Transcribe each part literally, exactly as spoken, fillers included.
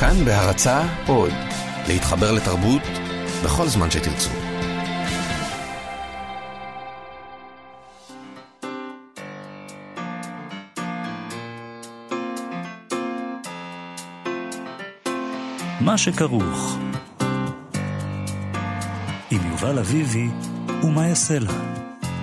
כאן בהרצאה עוד, להתחבר לתרבות בכל זמן שתרצו. מה שכרוך עם יובל אביבי ומה יעשה לה.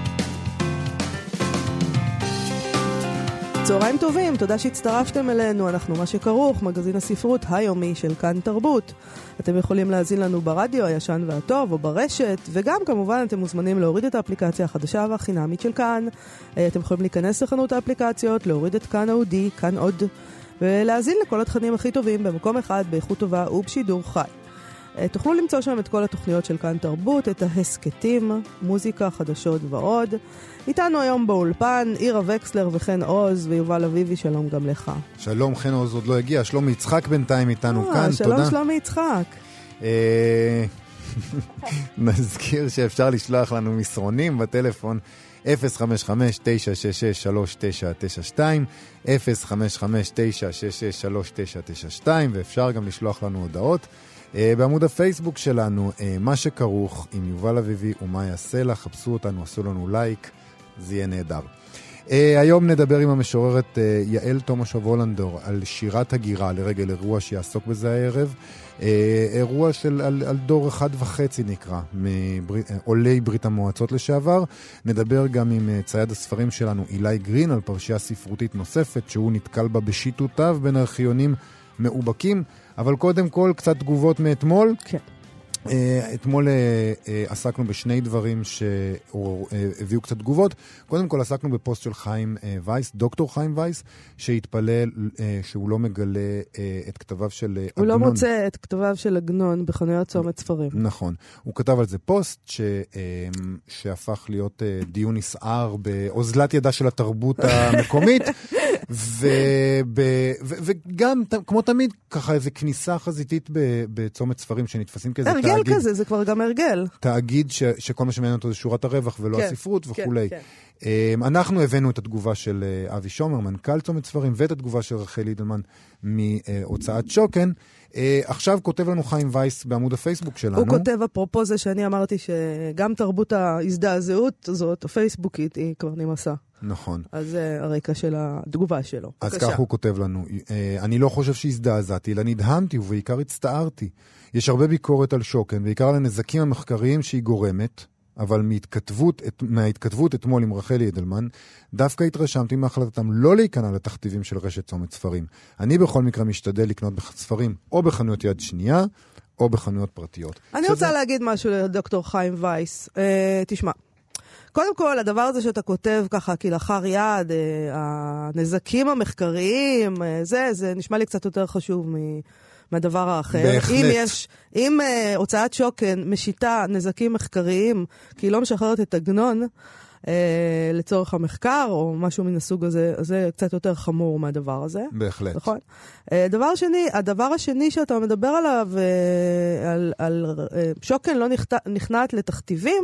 צהריים טובים, תודה שהצטרפתם אלינו. אנחנו מה שכרוך, מגזין הספרות היומי של כאן תרבות. אתם יכולים להזין לנו ברדיו הישן והטוב או ברשת, וגם כמובן אתם מוזמנים להוריד את האפליקציה החדשה והחינמית של כאן. אתם יכולים להיכנס לחנות האפליקציות, להוריד את כאן אודי, כאן עוד, ולהזין לכל התכנים הכי טובים במקום אחד, באיכות טובה ובשידור חי. תוכלו למצוא שם את כל התוכניות של כאן תרבות, את ההסקטים, מוזיקה, חדשות ועוד. איתנו היום באולפן, עירה וקסלר וחן עוז ויובל אביבי, שלום גם לך. שלום, חן עוז עוד לא הגיע, שלום יצחק בינתיים איתנו אה, כאן, שלום, תודה. שלום יצחק. נזכיר שאפשר לשלוח לנו מסרונים בטלפון אפס חמש חמש תשע שש שש שלוש תשע תשע שתיים, אפס חמש חמש תשע שש שש שלוש תשע תשע שתיים, ואפשר גם לשלוח לנו הודעות. Uh, בעמוד הפייסבוק שלנו, uh, מה שכרוך עם יובל אביבי ומה יעשה לה, חפשו אותנו, עשו לנו לייק, זה יהיה נהדר. Uh, היום נדבר עם המשוררת uh, יעל תומש וולנדור על שירת הגירה לרגל אירוע שיעסוק בזה הערב. Uh, אירוע של על, על דור אחד וחצי נקרא, מעולי ברית המועצות לשעבר. נדבר גם עם uh, צייד הספרים שלנו אילי גרין על פרשייה ספרותית נוספת שהוא נתקל בה בשיטותיו בין ארכיונים מאובקים. אבל קודם כל, קצת תגובות מאתמול. כן. Uh, אתמול uh, uh, עסקנו בשני דברים שהביאו uh, קצת תגובות. קודם כל עסקנו בפוסט של חיים uh, וייס, דוקטור חיים וייס, שהתפלל uh, שהוא לא מגלה uh, את כתביו של uh, הוא עגנון. לא מוצא את כתביו של עגנון בחנויות צומת ספרים. נכון. הוא כתב על זה פוסט ש, uh, שהפך להיות uh, דיון נסער באוזלת ידה של התרבות המקומית. וב, ו, וגם, כמו תמיד, ככה איזו כניסה חזיתית בצומת ספרים שנתפסים כאיזה הרגל תאגיד. כזה, זה כבר גם הרגל. תאגיד ש, שכל מה שמעניין אותו זה שורת הרווח ולא כן, הספרות וכו'. כן, כן. אנחנו הבאנו את התגובה של אבי שומר, מנכ"ל צומת ספרים, ואת התגובה של רחל אידלמן מהוצאת שוקן. עכשיו כותב לנו חיים וייס בעמוד הפייסבוק שלנו. הוא כותב אפרופו זה שאני אמרתי שגם תרבות ההזדעזעות הזאת, הפייסבוקית, היא כבר נמסה. נכון. אז זה הרקע של התגובה שלו. אז כך הוא כותב לנו, אני לא חושב שהזדעזעתי, אלא נדהמתי ובעיקר הצטערתי. יש הרבה ביקורת על שוקן, בעיקר על הנזקים המחקריים שהיא גורמת, אבל מהתכתבות, מההתכתבות אתמול עם רחל אידלמן, דווקא התרשמתי מהחלטתם לא להיכנע לתכתיבים של רשת צומת ספרים. אני בכל מקרה משתדל לקנות ספרים או בחנויות יד שנייה, או בחנויות פרטיות. אני שזה... רוצה להגיד משהו לדוקטור חיים וייס. אה, תשמע, קודם כל, הדבר הזה שאתה כותב ככה כלאחר יד, אה, הנזקים המחקריים, אה, זה, זה נשמע לי קצת יותר חשוב מ... מהדבר האחר. בהחלט. אם יש, אם uh, הוצאת שוקן משיתה נזקים מחקריים, כי היא לא משחררת את עגנון uh, לצורך המחקר, או משהו מן הסוג הזה, אז זה קצת יותר חמור מהדבר הזה. בהחלט. נכון? Uh, דבר שני, הדבר השני שאתה מדבר עליו, uh, על, על uh, שוקן לא נכת, נכנעת לתכתיבים,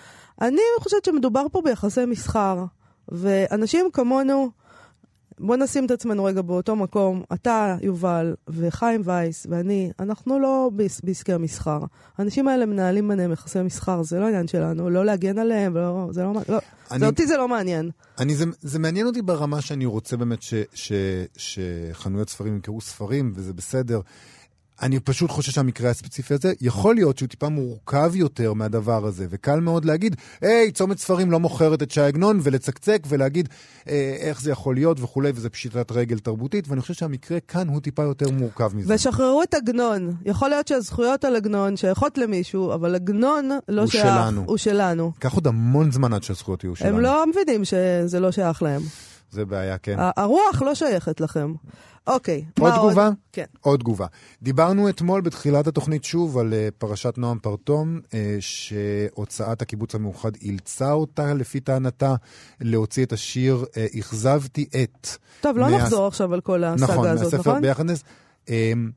אני חושבת שמדובר פה ביחסי מסחר, ואנשים כמונו, בוא נשים את עצמנו רגע באותו מקום, אתה, יובל, וחיים וייס, ואני, אנחנו לא בעסקי המסחר. האנשים האלה מנהלים ביניהם יחסי מסחר, זה לא עניין שלנו, לא להגן עליהם, לא, זה לא, לא, אני, זה אותי זה לא מעניין. אני, זה, זה מעניין אותי ברמה שאני רוצה באמת ש, ש, שחנויות ספרים יקראו ספרים, וזה בסדר. אני פשוט חושב שהמקרה הספציפי הזה, יכול להיות שהוא טיפה מורכב יותר מהדבר הזה, וקל מאוד להגיד, היי, צומת ספרים לא מוכרת את שי עגנון, ולצקצק ולהגיד אה, איך זה יכול להיות וכו', וזה פשיטת רגל תרבותית, ואני חושב שהמקרה כאן הוא טיפה יותר מורכב מזה. ושחררו את עגנון. יכול להיות שהזכויות על עגנון שייכות למישהו, אבל עגנון לא שייך, שלנו. הוא שלנו. קח עוד המון זמן עד שהזכויות יהיו שלנו. הם לא מבינים שזה לא שייך להם. זה בעיה, כן. הרוח לא שייכת לכם. אוקיי. עוד תגובה? עוד? כן. עוד תגובה. דיברנו אתמול בתחילת התוכנית שוב על uh, פרשת נועם פרטום, uh, שהוצאת הקיבוץ המאוחד אילצה אותה לפי טענתה להוציא את השיר uh, "אכזבתי את". טוב, לא מה... נחזור עכשיו על כל הסאגה נכון, הזאת, מהספר נכון? ביחדנס. Uh,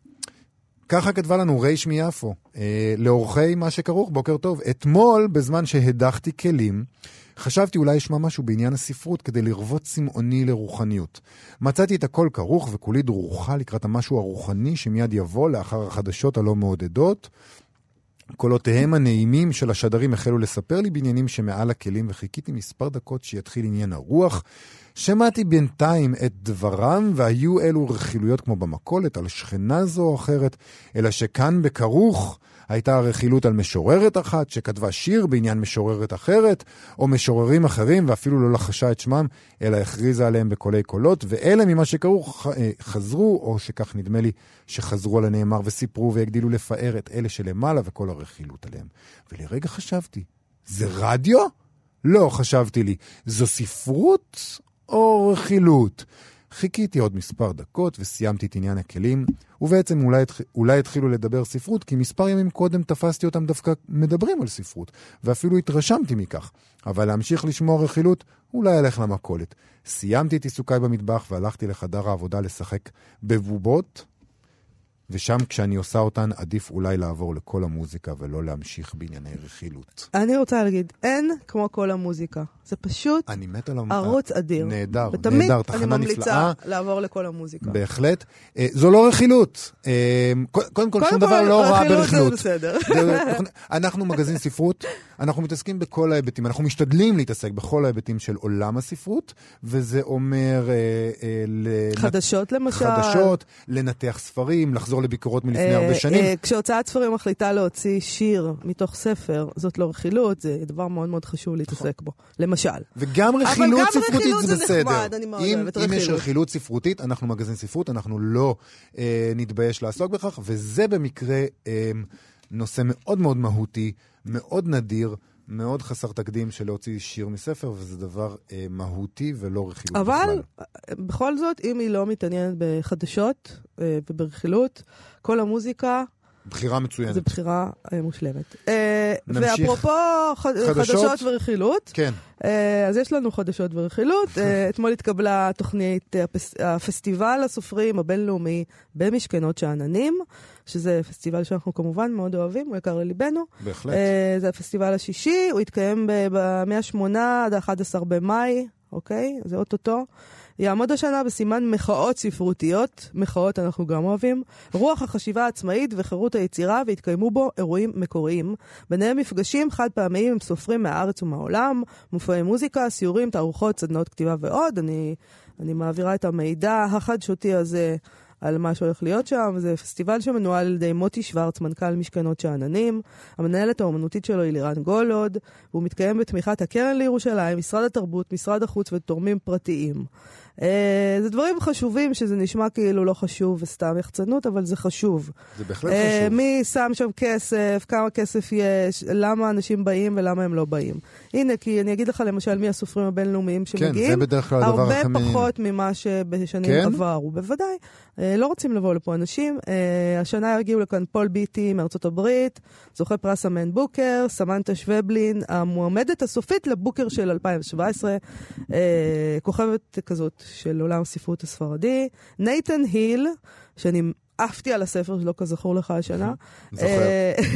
ככה כתבה לנו ריש מיפו, uh, לאורחי מה שכרוך, בוקר טוב. אתמול, בזמן שהדחתי כלים, חשבתי אולי ישמע משהו בעניין הספרות כדי לרבות צמאוני לרוחניות. מצאתי את הכל כרוך וכולי דרוכה לקראת המשהו הרוחני שמיד יבוא לאחר החדשות הלא מעודדות. קולותיהם הנעימים של השדרים החלו לספר לי בעניינים שמעל הכלים, וחיכיתי מספר דקות שיתחיל עניין הרוח. שמעתי בינתיים את דברם, והיו אלו רכילויות כמו במקולת על שכנה זו או אחרת, אלא שכאן בכרוך הייתה רכילות על משוררת אחת שכתבה שיר בעניין משוררת אחרת, או משוררים אחרים, ואפילו לא לחשה את שמם, אלא הכריזה עליהם בקולי קולות, ואלה ממה שכרוך חזרו, או שכך נדמה לי שחזרו על הנאמר וסיפרו והגדילו לפאר את אלה שלמעלה וכל הרכילות עליהם. ולרגע חשבתי, זה רדיו? לא, חשבתי לי, זו ספרות או רכילות? חיכיתי עוד מספר דקות וסיימתי את עניין הכלים, ובעצם אולי, אולי התחילו לדבר ספרות, כי מספר ימים קודם תפסתי אותם דווקא מדברים על ספרות, ואפילו התרשמתי מכך. אבל להמשיך לשמוע רכילות, אולי אלך למקולת. סיימתי את עיסוקיי במטבח והלכתי לחדר העבודה לשחק בבובות, ושם כשאני עושה אותן עדיף אולי לעבור לכל המוזיקה ולא להמשיך בענייני רכילות. אני רוצה להגיד, אין כמו כל המוזיקה. זה פשוט אני מת על ערוץ אדיר. נהדר, ותמיד נהדר, תחנה אני ממליצה נפלאה. לעבור לכל המוזיקה. בהחלט. אה, זו לא רכילות. אה, קודם כל, שום דבר לא רע ברכילות. בסדר. אנחנו מגזין ספרות, אנחנו מתעסקים בכל ההיבטים, אנחנו משתדלים להתעסק בכל ההיבטים של עולם הספרות, וזה אומר אה, אה, לנת... חדשות למשל. חדשות, לנתח ספרים, לחזור לביקורות מלפני הרבה שנים. כשהוצאת ספרים מחליטה להוציא שיר מתוך ספר, זאת לא רכילות, זה דבר מאוד מאוד חשוב להתעסק בו. למשל. וגם רכילות ספרותית זה בסדר. נחמד, אני מאוד אם, אוהבת אם רכילות. יש רכילות ספרותית, אנחנו מגזין ספרות, אנחנו לא אה, נתבייש לעסוק בכך, וזה במקרה אה, נושא מאוד מאוד מהותי, מאוד נדיר, מאוד חסר תקדים של להוציא שיר מספר, וזה דבר אה, מהותי ולא רכילות אבל, בכלל. אבל בכל זאת, אם היא לא מתעניינת בחדשות אה, וברכילות, כל המוזיקה בחירה מצוינת. זה בחירה אה, מושלמת. נמשיך. ואפרופו חדשות, חדשות ורכילות, כן. אה, אז יש לנו חדשות ורכילות. אה, אתמול התקבלה תוכנית הפס, הפסטיבל הסופרים הבינלאומי במשכנות שאננים, שזה פסטיבל שאנחנו כמובן מאוד אוהבים, הוא יקר לליבנו. בהחלט. אה, זה הפסטיבל השישי, הוא יתקיים ב-השמונה עד ה-אחד עשר במאי, אוקיי? זה אוטוטו. יעמוד השנה בסימן מחאות ספרותיות, מחאות אנחנו גם אוהבים, רוח החשיבה העצמאית וחירות היצירה, והתקיימו בו אירועים מקוריים, ביניהם מפגשים חד פעמיים עם סופרים מהארץ ומהעולם, מופעי מוזיקה, סיורים, תערוכות, סדנאות כתיבה ועוד. אני, אני מעבירה את המידע החדשותי הזה על מה שהולך להיות שם. זה פסטיבל שמנוהל על ידי מוטי שוורץ, מנכ"ל משכנות שאננים. המנהלת האומנותית שלו היא לירן גולוד, והוא מתקיים בתמיכת הקרן לירושלים, משרד התרבות, משרד החוץ ותורמים פרטיים. Uh, זה דברים חשובים שזה נשמע כאילו לא חשוב וסתם יחצנות, אבל זה חשוב. זה בהחלט uh, חשוב. מי שם שם כסף, כמה כסף יש, למה אנשים באים ולמה הם לא באים. הנה, כי אני אגיד לך למשל מי הסופרים הבינלאומיים שמגיעים. כן, זה בדרך כלל הדבר הכי... הרבה פחות ממה שבשנים כן? עברו, בוודאי. Uh, לא רוצים לבוא לפה אנשים. Uh, השנה הגיעו לכאן פול ביטי מארצות הברית, זוכה פרס אמן בוקר, סמנטה שוובלין, המועמדת הסופית לבוקר של אלפיים שבע עשרה, uh, כוכבת כזאת של עולם הספרות הספרדי, נייתן היל, שאני עפתי על הספר שלו כזכור לך השנה. זוכר.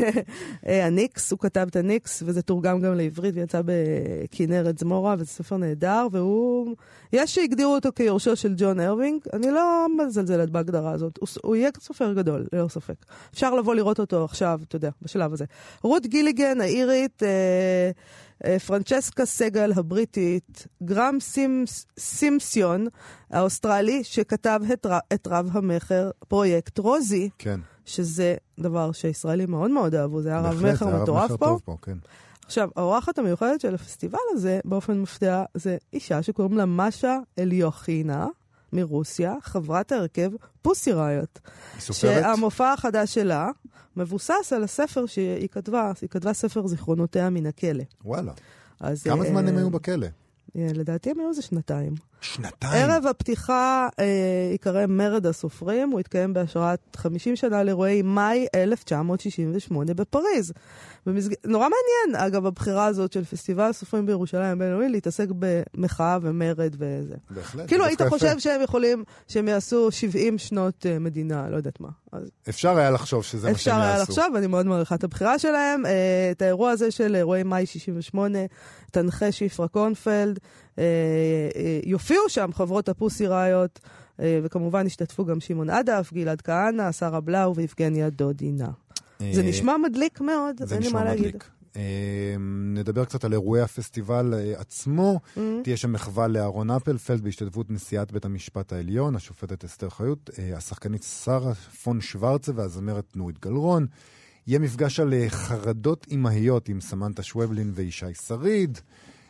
הניקס, הוא כתב את הניקס, וזה תורגם גם לעברית, ויצא בכנרת זמורה, וזה ספר נהדר, והוא... יש שהגדירו אותו כיורשו של ג'ון ארווינג, אני לא מזלזלת בהגדרה הזאת, הוא, הוא יהיה סופר גדול, ללא ספק. אפשר לבוא לראות אותו עכשיו, אתה יודע, בשלב הזה. רות גיליגן, האירית, אה, אה, פרנצ'סקה סגל הבריטית, גרם סימס, סימסיון, האוסטרלי, שכתב את, את רב המחר, פרויקט רוזי, כן. שזה דבר שישראלים מאוד מאוד אהבו, זה היה רב מחר מטורף פה. פה כן. עכשיו, האורחת המיוחדת של הפסטיבל הזה, באופן מפתיע, זה אישה שקוראים לה משה אליוכינה, מרוסיה, חברת ההרכב פוסי ראיות. היא סופרת? שהמופע החדש שלה מבוסס על הספר שהיא כתבה, היא כתבה ספר זיכרונותיה מן הכלא. וואלה. אז, כמה אה, זמן הם היו בכלא? לדעתי הם היו זה שנתיים. שנתיים. ערב הפתיחה אה, יקרא מרד הסופרים, הוא יתקיים בהשראת חמישים שנה לאירועי מאי אלף תשע מאות שישים ושמונה בפריז. במסג... נורא מעניין, אגב, הבחירה הזאת של פסטיבל הסופרים בירושלים בינלאומי, להתעסק במחאה ומרד וזה. בהחלט. כאילו היית חושב שהם יכולים, שהם יעשו שבעים שנות uh, מדינה, לא יודעת מה. אז... אפשר היה לחשוב שזה מה שהם יעשו. אפשר היה לחשוב, ואני מאוד מעריכה את הבחירה שלהם. Uh, את האירוע הזה של אירועי מאי שישים ושמונה, תנחה שפרה קונפלד, uh, uh, יופיעו שם חברות הפוסי ראיות, uh, וכמובן השתתפו גם שמעון עדף, גלעד כהנא, שרה בלאו ויבגניה דודינה. זה נשמע מדליק מאוד, זה נשמע מדליק. נדבר קצת על אירועי הפסטיבל עצמו. תהיה שם מחווה לאהרון אפלפלד בהשתתפות נשיאת בית המשפט העליון, השופטת אסתר חיות, השחקנית שרה פון שוורצה והזמרת נורית גלרון. יהיה מפגש על חרדות אימהיות עם סמנטה שוובלין וישי שריד.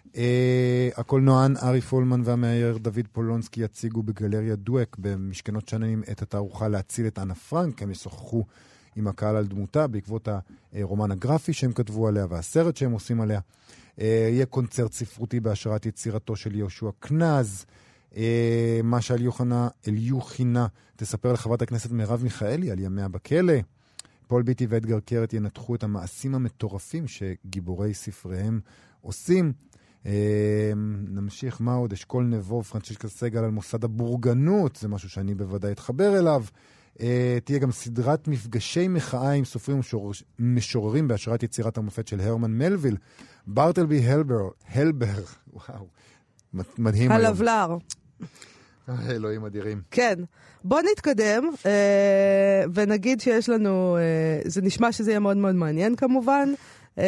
הקולנוען ארי פולמן והמאייר דוד פולונסקי יציגו בגלריה דואק במשכנות שננים את התערוכה להציל את אנה פרנק. הם ישוחחו עם הקהל על דמותה, בעקבות הרומן הגרפי שהם כתבו עליה, והסרט שהם עושים עליה. יהיה קונצרט ספרותי בהשראת יצירתו של יהושע קנז. מה שעל יוחנה אליוחינה תספר לחברת הכנסת מרב מיכאלי על ימיה בכלא. פול ביטי ואדגר קרת ינתחו את המעשים המטורפים שגיבורי ספריהם עושים. נמשיך, מה עוד? אשכול נבו, פרנצ'סקה סגל על מוסד הבורגנות, זה משהו שאני בוודאי אתחבר אליו. Uh, תהיה גם סדרת מפגשי מחאה עם סופרים משוררים בהשראת יצירת המופת של הרמן מלוויל. ברטלבי הלבר, הלבר, וואו, מדהים היום. הלבלר. אלוהים אדירים. כן, בוא נתקדם uh, ונגיד שיש לנו, uh, זה נשמע שזה יהיה מאוד מאוד מעניין כמובן, Uh,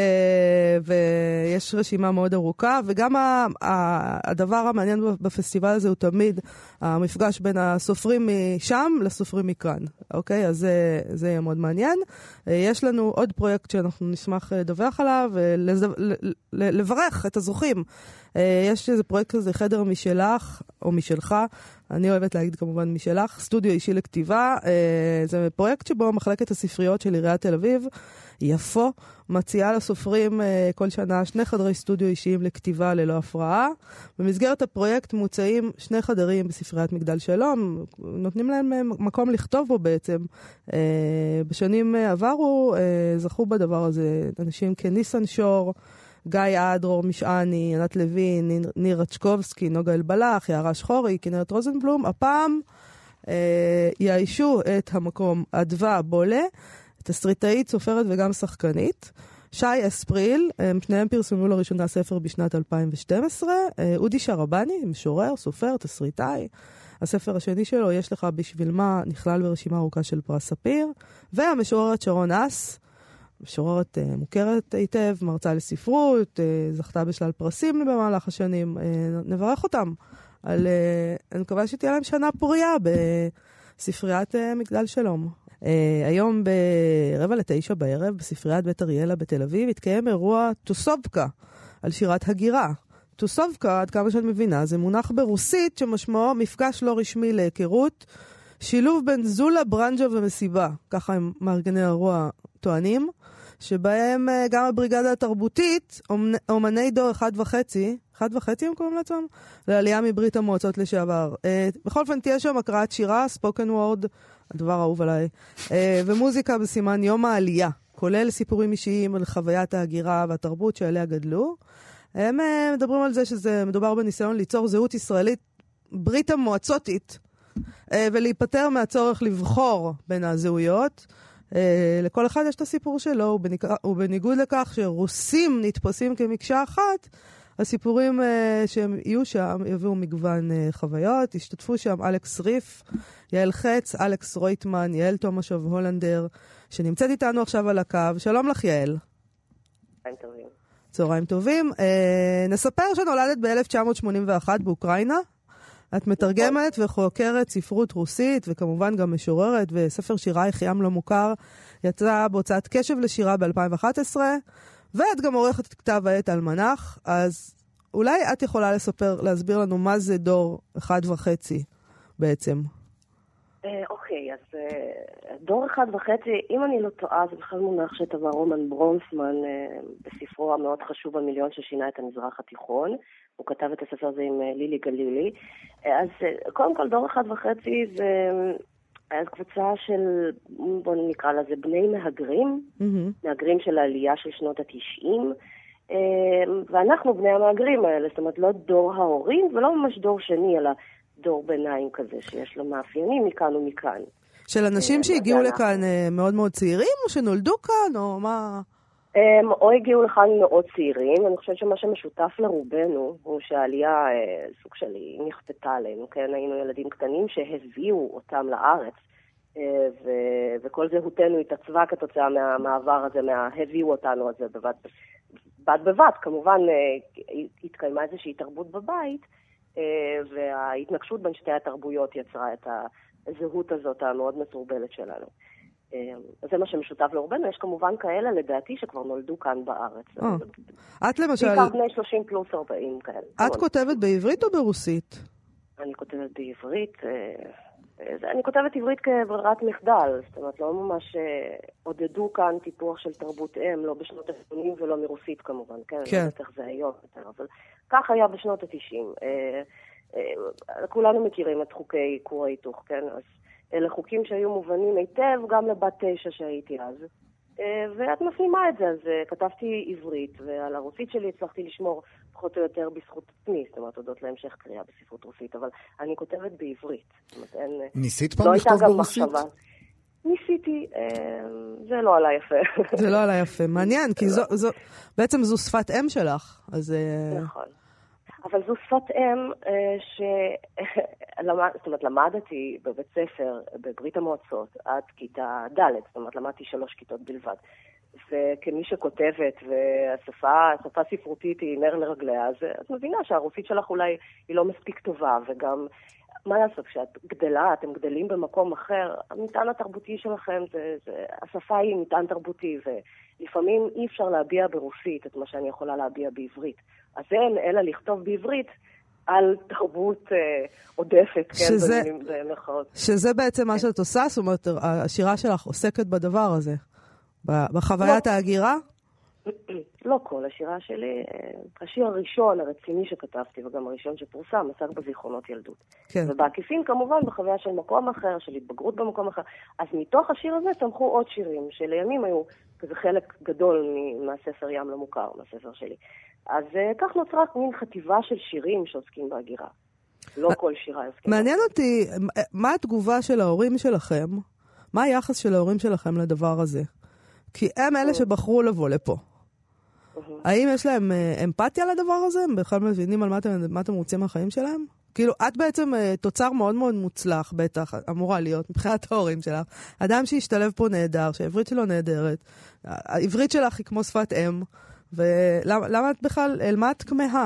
ויש רשימה מאוד ארוכה, וגם ה- ה- הדבר המעניין בפסטיבל הזה הוא תמיד המפגש בין הסופרים משם לסופרים מכאן, אוקיי? אז זה, זה יהיה מאוד מעניין. Uh, יש לנו עוד פרויקט שאנחנו נשמח לדווח עליו, ולברך את הזוכים. Uh, יש איזה פרויקט כזה, חדר משלך, או משלך, אני אוהבת להגיד כמובן משלך, סטודיו אישי לכתיבה. Uh, זה פרויקט שבו מחלקת הספריות של עיריית תל אביב, יפו, מציעה לסופרים uh, כל שנה שני חדרי סטודיו אישיים לכתיבה ללא הפרעה. במסגרת הפרויקט מוצאים שני חדרים בספריית מגדל שלום, נותנים להם uh, מקום לכתוב בו בעצם. Uh, בשנים uh, עברו uh, זכו בדבר הזה אנשים כניסן שור, גיא אדרור משעני, ענת לוין, ניר, ניר רצ'קובסקי, נוגה אלבלח, יערה שחורי, כנרת רוזנבלום. הפעם אה, יאיישו את המקום אדווה בולה, תסריטאית, סופרת וגם שחקנית. שי אספריל, הם שניהם פרסמו לראשונה ספר בשנת אלפיים ושתים עשרה. אה, אודי שרבני, משורר, סופר, תסריטאי. הספר השני שלו, יש לך בשביל מה, נכלל ברשימה ארוכה של פרס ספיר. והמשוררת שרון אס, משוררת uh, מוכרת היטב, מרצה לספרות, uh, זכתה בשלל פרסים במהלך השנים. Uh, נברך אותם. על, uh, אני מקווה שתהיה להם שנה פוריה בספריית uh, מגדל שלום. Uh, היום ברבע לתשע בערב, בספריית בית אריאלה בתל אביב, התקיים אירוע טוסובקה על שירת הגירה. טוסובקה, עד כמה שאני מבינה, זה מונח ברוסית שמשמעו מפגש לא רשמי להיכרות, שילוב בין זולה, ברנג'ה ומסיבה. ככה הם מארגני האירוע טוענים, שבהם גם הבריגדה התרבותית, אומני דור אחד וחצי, אחד וחצי הם קוראים לעצמם, לעלייה מברית המועצות לשעבר. בכל אופן תהיה שם הקראת שירה, ספוקן וורד, הדבר האהוב עליי, ומוזיקה בסימן יום העלייה, כולל סיפורים אישיים על חוויית ההגירה והתרבות שעליה גדלו. הם מדברים על זה שזה מדובר בניסיון ליצור זהות ישראלית ברית המועצותית, ולהיפטר מהצורך לבחור בין הזהויות. לכל אחד יש את הסיפור שלו, ובניגוד לכך שרוסים נתפסים כמקשה אחת, הסיפורים שהם יהיו שם יביאו מגוון חוויות. השתתפו שם אלכס ריף, יעל חץ, אלכס רויטמן, יעל תומשוב הולנדר, שנמצאת איתנו עכשיו על הקו. שלום לך יעל. צהריים טובים. צהריים טובים. נספר שנולדת ב-אלף תשע מאות שמונים ואחת באוקראינה. את מתרגמת וחוקרת ספרות רוסית, וכמובן גם משוררת, וספר שירייך ים לא מוכר יצא בהוצאת קשב לשירה ב-אלפיים ואחת עשרה, ואת גם עורכת את כתב העת אלמנח. אז אולי את יכולה לספר, להסביר לנו מה זה דור אחד וחצי בעצם. אוקיי, אז דור אחד וחצי, אם אני לא טועה, זה בכלל מונח שטבע רומן ברונסמן בספרו המאוד חשוב המיליון ששינה את המזרח התיכון. הוא כתב את הספר הזה עם לילי גלילי. אז קודם כל, דור אחד וחצי זה קבוצה של, בואו נקרא לזה, בני מהגרים, מהגרים של העלייה של שנות התשעים, ואנחנו בני המהגרים האלה, זאת אומרת, לא דור ההורים ולא ממש דור שני, אלא דור ביניים כזה, שיש לו מאפיינים מכאן ומכאן. של אנשים שהגיעו לכאן מאוד מאוד צעירים, או שנולדו כאן, או מה? או הגיעו לכאן מאוד צעירים. אני חושבת שמה שמשותף לרובנו, הוא שהעלייה, סוג שלי, נכפתה עלינו, כן? היינו ילדים קטנים שהביאו אותם לארץ, ו- וכל זהותנו התעצבה כתוצאה מהמעבר הזה, מהביאו אותנו הזה בבת, בד בבת. כמובן, התקיימה איזושהי תרבות בבית, וההתנגשות בין שתי התרבויות יצרה את הזהות הזאת המאוד מסורבלת שלנו. זה מה שמשותף לרובנו. יש כמובן כאלה, לדעתי, שכבר נולדו כאן בארץ. את למשל... בעיקר בני שלושים פלוס ארבעים כאלה. את כותבת בעברית או ברוסית? אני כותבת בעברית. אני כותבת עברית כברירת מחדל. זאת אומרת, לא ממש עודדו כאן טיפוח של תרבות אם, לא בשנות ה-שמונים ולא מרוסית כמובן. כן. לא יודעת איך זה היום. אבל כך היה בשנות ה-תשעים. כולנו מכירים את חוקי כור ההיתוך, כן? אז אלה חוקים שהיו מובנים היטב גם לבת תשע שהייתי אז. ואת מפנימה את זה, אז כתבתי עברית, ועל הרוסית שלי הצלחתי לשמור פחות או יותר בזכות עצמי, זאת אומרת, הודות להמשך קריאה בספרות רוסית, אבל אני כותבת בעברית. ניסית פעם לכתוב ברוסית? ניסיתי, זה לא עלה יפה. זה לא עלה יפה, מעניין, כי בעצם זו שפת אם שלך. נכון. אבל זו שפת אם שלמדתי בבית ספר בברית המועצות עד כיתה ד', זאת אומרת למדתי שלוש כיתות בלבד. וכמי שכותבת והשפה השפה ספרותית היא נר לרגליה, אז את מבינה שהרוסית שלך אולי היא לא מספיק טובה, וגם מה לעשות, כשאת גדלה, אתם גדלים במקום אחר, המטען התרבותי שלכם, זה, זה, השפה היא מטען תרבותי, ולפעמים אי אפשר להביע ברוסית את מה שאני יכולה להביע בעברית. אז אין אלא לכתוב בעברית על תרבות אה, עודפת, שזה, כן, במחאות. שזה בעצם מה שאת עושה, זאת אומרת, השירה שלך עוסקת בדבר הזה, בחוויית לא. ההגירה? לא כל השירה שלי, השיר הראשון הרציני שכתבתי, וגם הראשון שפורסם, עסק בזיכרונות ילדות. כן. ובעקיפין כמובן בחוויה של מקום אחר, של התבגרות במקום אחר. אז מתוך השיר הזה צמחו עוד שירים, שלימים היו כזה חלק גדול מהספר ים לא מוכר, מהספר שלי. אז כך נוצרה מין חטיבה של שירים שעוסקים בהגירה. לא כל שירה עוסקים. מעניין אותי, מה התגובה של ההורים שלכם? מה היחס של ההורים שלכם לדבר הזה? כי הם אלה שבחרו לבוא לפה. האם יש להם אמפתיה לדבר הזה? הם בכלל מבינים על מה אתם, מה אתם רוצים מהחיים שלהם? כאילו, את בעצם תוצר מאוד מאוד מוצלח, בטח, אמורה להיות, מבחינת ההורים שלך. אדם שהשתלב פה נהדר, שהעברית שלו נהדרת. העברית שלך היא כמו שפת אם. ולמה את בכלל, אל מה את כמהה?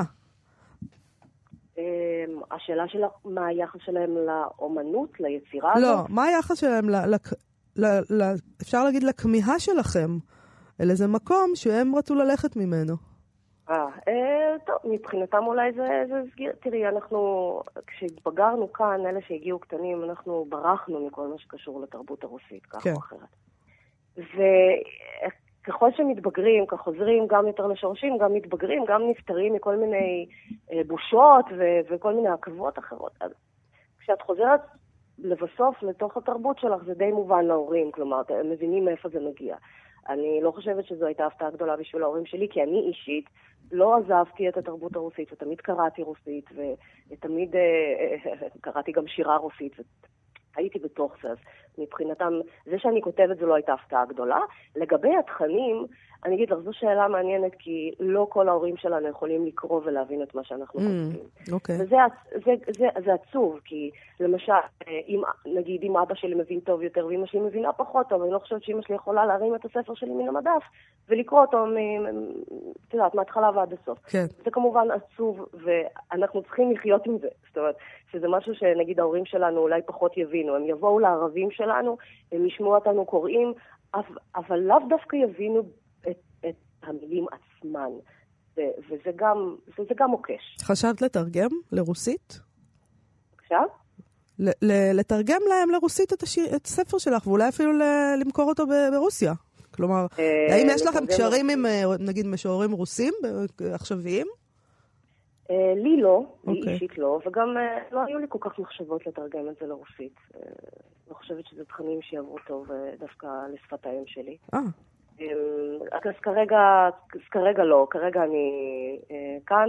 השאלה שלה, מה היחס שלהם לאומנות, ליצירה לא, הזאת? מה היחס שלהם, אפשר להגיד, לכמיהה שלכם? אל איזה מקום שהם רצו ללכת ממנו. אה, טוב, מבחינתם אולי זה סגיר. תראי, אנחנו, כשהתבגרנו כאן, אלה שהגיעו קטנים, אנחנו ברחנו מכל מה שקשור לתרבות הרוסית, כך או אחרת. וככל שמתבגרים, כך חוזרים גם יותר לשורשים, גם מתבגרים, גם נפטרים מכל מיני בושות וכל מיני עקבות אחרות. אז כשאת חוזרת לבסוף לתוך התרבות שלך, זה די מובן להורים, כלומר, הם מבינים מאיפה זה מגיע. אני לא חושבת שזו הייתה הפתעה גדולה בשביל ההורים שלי, כי אני אישית לא עזבתי את התרבות הרוסית, ותמיד קראתי רוסית, ותמיד קראתי גם שירה רוסית, והייתי בתוך זה. אז מבחינתם, זה שאני כותבת זה לא הייתה הפתעה גדולה. לגבי התכנים, אני אגיד לך, זו שאלה מעניינת, כי לא כל ההורים שלנו יכולים לקרוא ולהבין את מה שאנחנו כותבים. אוקיי. וזה זה, זה, זה עצוב, כי למשל, אם, נגיד, אם אבא שלי מבין טוב יותר, ואמא שלי מבינה פחות טוב, אני לא חושבת שאמא שלי יכולה להרים את הספר שלי מן המדף, ולקרוא אותו, את יודעת, מההתחלה ועד הסוף. כן. זה כמובן עצוב, ואנחנו צריכים לחיות עם זה. זאת אומרת, שזה משהו שנגיד ההורים שלנו אולי פחות יבינו. הם יבואו לערבים שלנו, הם ישמעו אותנו קוראים, אבל לאו דווקא יבינו את, את המילים עצמן. ו, וזה גם, זה, זה גם מוקש. חשבת לתרגם לרוסית? עכשיו? לתרגם להם לרוסית את הספר שלך, ואולי אפילו למכור אותו ברוסיה. כלומר, האם יש לכם קשרים עם, נגיד, משוררים רוסים עכשוויים? לי לא, לי אישית לא, וגם לא היו לי כל כך מחשבות לתרגם את זה לרוסית. אני חושבת שזה תכנים שיעברו טוב דווקא לשפת האם שלי. אה. אז כרגע, כרגע לא, כרגע אני כאן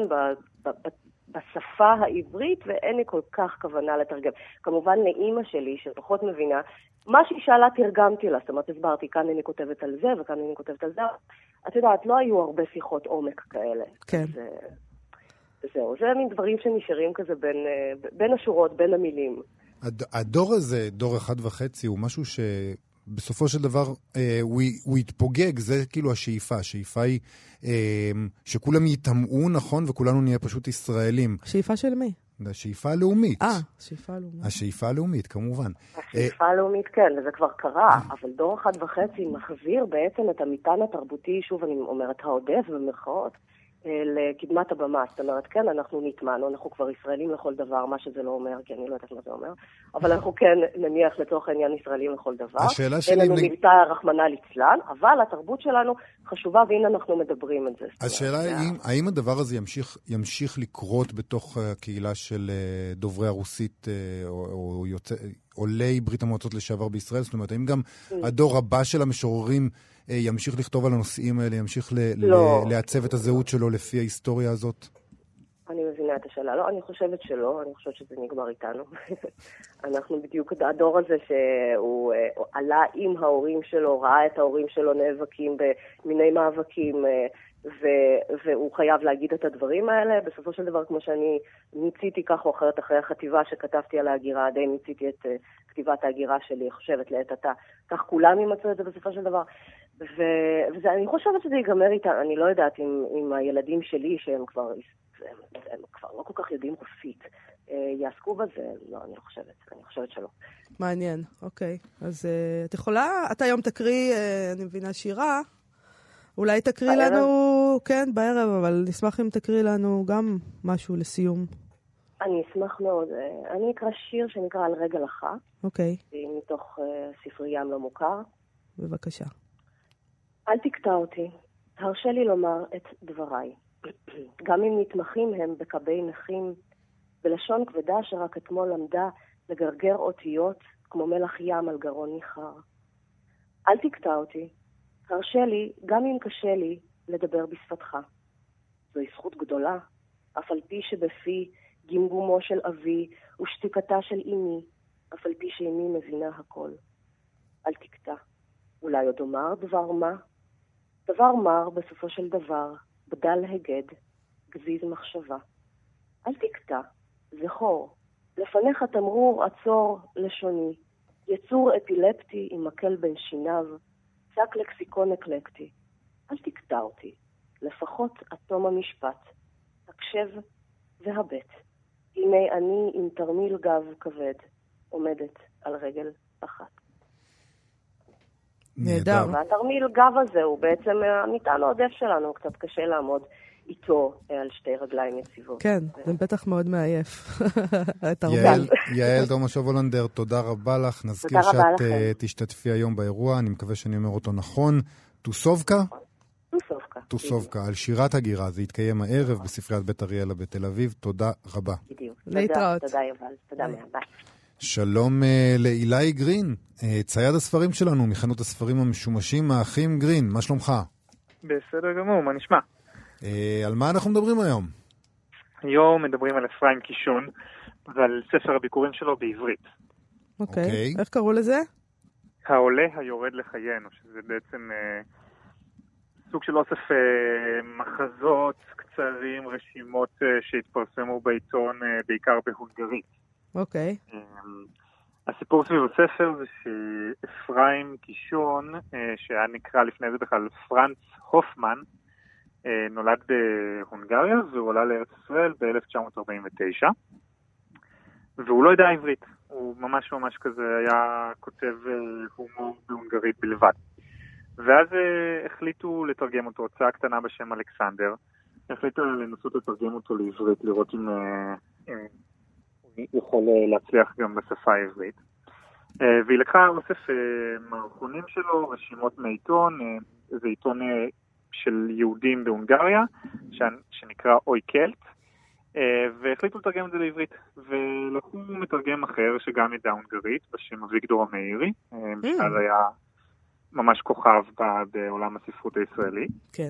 בשפה העברית, ואין לי כל כך כוונה לתרגם. כמובן לאמא שלי, שפחות מבינה, מה שהיא שאלה תרגמתי לה, זאת אומרת, הסברתי, כאן אני כותבת על זה, וכאן אני כותבת על זה. את יודעת, לא היו הרבה שיחות עומק כאלה. כן. זה, זהו, זה מין דברים שנשארים כזה בין, בין השורות, בין המילים. הדור הזה, דור אחד וחצי, הוא משהו שבסופו של דבר אה, הוא, הוא יתפוגג, זה כאילו השאיפה. השאיפה היא אה, שכולם יתאמעו, נכון, וכולנו נהיה פשוט ישראלים. שאיפה של מי? השאיפה הלאומית. אה, השאיפה הלאומית. השאיפה הלאומית, כמובן. השאיפה הלאומית, כן, וזה כבר קרה, אבל דור אחד וחצי מחזיר בעצם את המטען התרבותי, שוב אני אומרת, העודף במרכאות, לקדמת הבמה. זאת אומרת, כן, אנחנו נטמענו, אנחנו כבר ישראלים לכל דבר, מה שזה לא אומר, כי אני לא יודעת מה זה אומר, אבל אנחנו כן נניח לצורך העניין ישראלים לכל דבר. השאלה שלי... אין לנו מבטא רחמנא ליצלן, אבל התרבות שלנו חשובה, והנה אנחנו מדברים את זה. השאלה היא, האם, האם הדבר הזה ימשיך, ימשיך לקרות בתוך הקהילה של דוברי הרוסית, או, או יוצא, עולי ברית המועצות לשעבר בישראל? זאת אומרת, האם גם הדור הבא של המשוררים ימשיך לכתוב על הנושאים האלה, ימשיך ל- לא. ל- לעצב את הזהות שלו לפי ההיסטוריה הזאת? אני מבינה את השאלה. לא, אני חושבת שלא, אני חושבת שזה נגמר איתנו. אנחנו בדיוק, הדור הזה שהוא עלה עם ההורים שלו, ראה את ההורים שלו נאבקים במיני מאבקים, ו- והוא חייב להגיד את הדברים האלה. בסופו של דבר, כמו שאני ניציתי כך או אחרת אחרי החטיבה שכתבתי על ההגירה, די ניציתי את כתיבת ההגירה שלי, חושבת לעת עתה, כך כולם ימצאו את זה בסופו של דבר. ואני חושבת שזה ייגמר איתה, אני לא יודעת אם, אם הילדים שלי, שהם כבר, הם, הם כבר לא כל כך יודעים רוסית, יעסקו בזה, לא, אני לא חושבת, אני חושבת שלא. מעניין, אוקיי. אז את יכולה, את היום תקריא, אני מבינה שירה, אולי תקריא בערב? לנו, כן, בערב, אבל נשמח אם תקריא לנו גם משהו לסיום. אני אשמח מאוד. אני אקרא שיר שנקרא על רגל אחת. אוקיי. מתוך ספרי ים לא מוכר. בבקשה. אל תקטע אותי, הרשה לי לומר את דבריי. גם אם נתמכים הם בקבי נחים, בלשון כבדה שרק אתמול למדה לגרגר אותיות כמו מלח ים על גרון ניחר. אל תקטע אותי, הרשה לי, גם אם קשה לי, לדבר בשפתך. זוהי זכות גדולה, אף על פי שבפי גמגומו של אבי ושתיקתה של אמי, אף על פי שאמי מבינה הכל. אל תקטע. אולי עוד אומר דבר מה? דבר מר בסופו של דבר, בדל הגד, גזיז מחשבה. אל תקטע, זכור, לפניך תמרור עצור לשוני, יצור אפילפטי עם מקל בין שיניו, צק לקסיקון אקלקטי. אל תקטע אותי, לפחות עד תום המשפט. הקשב והבט. הנה אני עם תרמיל גב כבד, עומדת על רגל אחת. נהדר. והתרמיל גב הזה הוא בעצם המטען העודף שלנו, קצת קשה לעמוד איתו על שתי רגליים יציבות. כן, זה בטח מאוד מעייף. יעל תומאשוב הולנדר, תודה רבה לך. נזכיר שאת תשתתפי היום באירוע, אני מקווה שאני אומר אותו נכון. טוסובקה? טוסובקה. טוסובקה, על שירת הגירה. זה יתקיים הערב בספריית בית אריאלה בתל אביב. תודה רבה. בדיוק. להתראות. תודה יובל. תודה מהבא. שלום לאילי גרין, צייד הספרים שלנו, מחנות הספרים המשומשים, האחים גרין, מה שלומך? בסדר גמור, מה נשמע? על מה אנחנו מדברים היום? היום מדברים על אפרים קישון ועל ספר הביקורים שלו בעברית. אוקיי, איך קראו לזה? העולה היורד לחיינו, שזה בעצם אה, סוג של אוסף אה, מחזות קצרים, רשימות אה, שהתפרסמו בעיתון אה, בעיקר בהונגרית. אוקיי. הסיפור סביב הספר זה שאפרים קישון, שהיה נקרא לפני זה בכלל פרנץ הופמן, נולד בהונגריה והוא עלה לארץ ישראל ב-אלף תשע מאות ארבעים ותשע, והוא לא ידע עברית, הוא ממש ממש כזה היה כותב הומור בהונגרית בלבד. ואז החליטו לתרגם אותו, הוצאה קטנה בשם אלכסנדר, החליטו לנסות לתרגם אותו לעברית, לראות אם... אם יכול להצליח גם בשפה העברית. והיא לקחה אוסף מערכונים שלו, רשימות מעיתון, זה עיתון של יהודים בהונגריה, שנקרא אוי קלט, והחליטו לתרגם את זה לעברית, ולקחו מתרגם אחר שגם ידע הונגרית, בשם אביגדור המאירי, בכלל היה ממש כוכב בעולם הספרות הישראלי. כן.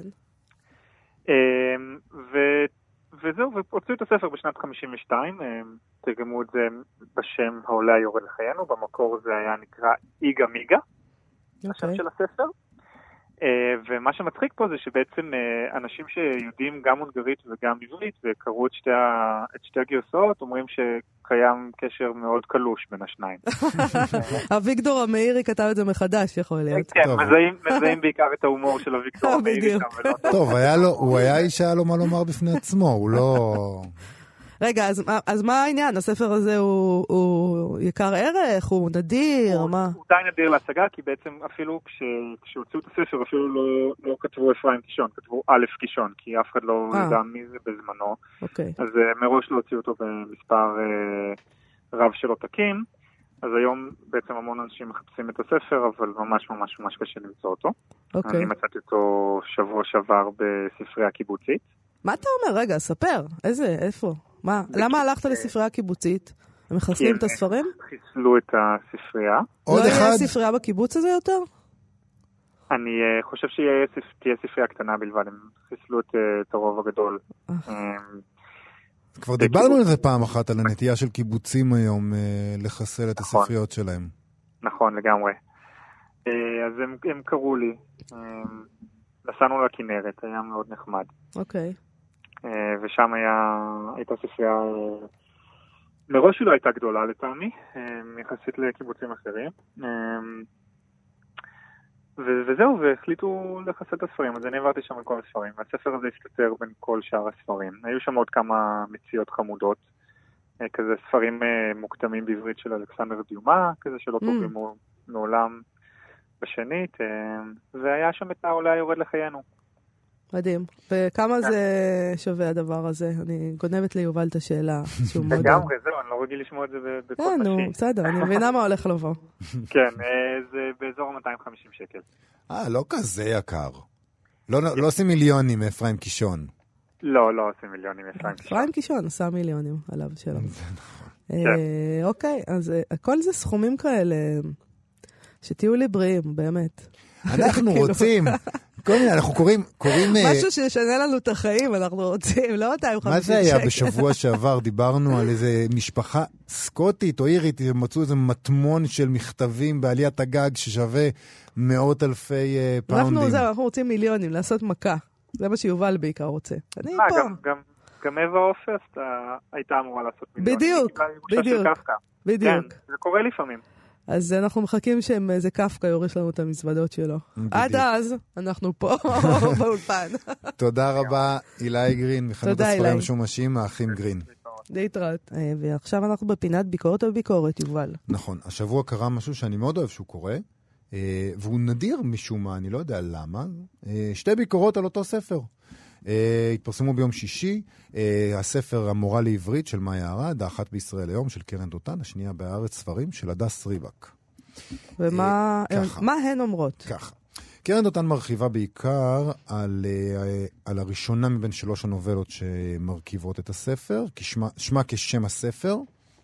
וזהו, והוציאו את הספר בשנת חמישים ושתיים, תרגמו את זה בשם העולה היורד לחיינו, במקור זה היה נקרא איגה מיגה, השם של הספר. ומה שמצחיק פה זה שבעצם אנשים שיודעים גם הונגרית וגם עברית וקראו את שתי, את שתי הגרסאות אומרים שקיים קשר מאוד קלוש בין השניים. אביגדור המאירי כתב את זה מחדש, יכול להיות. כן, מזהים בעיקר את ההומור של אביגדור המאירי. טוב, הוא היה איש שהיה לו מה לומר בפני עצמו, הוא לא... רגע, אז, אז מה העניין? הספר הזה הוא, הוא יקר ערך? הוא נדיר? הוא, מה? הוא די נדיר להשגה, כי בעצם אפילו כש, כשהוציאו את הספר, אפילו לא, לא כתבו אפרים קישון, כתבו א' קישון, כי אף אחד לא ידע מי זה בזמנו. אוקיי. אז uh, מראש לא הוציאו אותו במספר uh, רב של עותקים, אז היום בעצם המון אנשים מחפשים את הספר, אבל ממש ממש ממש קשה למצוא אותו. אוקיי. אני מצאתי אותו שבוע שעבר בספרייה הקיבוצית. מה אתה אומר? רגע, ספר. איזה? איפה? מה? למה הלכת לספרייה הקיבוצית? הם מחסלים את הספרים? חיסלו את הספרייה. לא יהיה ספרייה בקיבוץ הזה יותר? אני חושב שתהיה ספרייה קטנה בלבד, הם חיסלו את הרוב הגדול. כבר דיברנו על זה פעם אחת, על הנטייה של קיבוצים היום לחסל את הספריות שלהם. נכון, לגמרי. אז הם קראו לי, נסענו לכנרת, היה מאוד נחמד. אוקיי. ושם היה, הייתה ספרייה, מראש היא לא הייתה גדולה לטעמי, יחסית לקיבוצים אחרים, וזהו, והחליטו לחסל את הספרים, אז אני עברתי שם על כל הספרים, והספר הזה הסתתר בין כל שאר הספרים. היו שם עוד כמה מציאות חמודות, כזה ספרים מוקדמים בעברית של אלכסנדר דיומה, כזה שלא תורגמו מעולם בשנית, והיה שם את העולה היורד לחיינו. מדהים. וכמה זה שווה הדבר הזה? אני גונבת ליובל את השאלה. לגמרי, זהו, אני לא רגיל לשמוע את זה בכל נשי. נו, בסדר, אני מבינה מה הולך לבוא. כן, זה באזור מאתיים וחמישים שקל. אה, לא כזה יקר. לא עושים מיליונים מאפרים קישון. לא, לא עושים מיליונים מאפרים קישון. אפרים קישון עושה מיליונים עליו שלו. אוקיי, אז הכל זה סכומים כאלה שתהיו לי בריאים, באמת. אנחנו רוצים... כל מיני, אנחנו קוראים... קוראים משהו שישנה לנו את החיים, אנחנו רוצים, לא מאתיים וחמישים שקל. מה זה היה בשבוע שעבר? דיברנו על איזה משפחה סקוטית או אירית, מצאו איזה מטמון של מכתבים בעליית הגג ששווה מאות אלפי פאונדים. אנחנו זהו, אנחנו רוצים מיליונים, לעשות מכה. זה מה שיובל בעיקר רוצה. אני פה. גם אווה אופס הייתה אמורה לעשות מיליונים. בדיוק, בדיוק. בדיוק. זה קורה לפעמים. אז אנחנו מחכים שאיזה קפקא יורש לנו את המזוודות שלו. עד אז, אנחנו פה באולפן. תודה רבה, אילי גרין, מחנות הספרים משומשים, האחים גרין. להתראות. ועכשיו אנחנו בפינת ביקורת או ביקורת, יובל. נכון, השבוע קרה משהו שאני מאוד אוהב שהוא קורה, והוא נדיר משום מה, אני לא יודע למה. שתי ביקורות על אותו ספר. התפרסמו ביום שישי, הספר המורה לעברית של מאיה ארד, האחת בישראל היום של קרן דותן, השנייה בארץ ספרים של הדס ריבק. ומה הן אומרות? ככה. קרן דותן מרחיבה בעיקר על, על הראשונה מבין שלוש הנובלות שמרכיבות את הספר, שמה כשם הספר.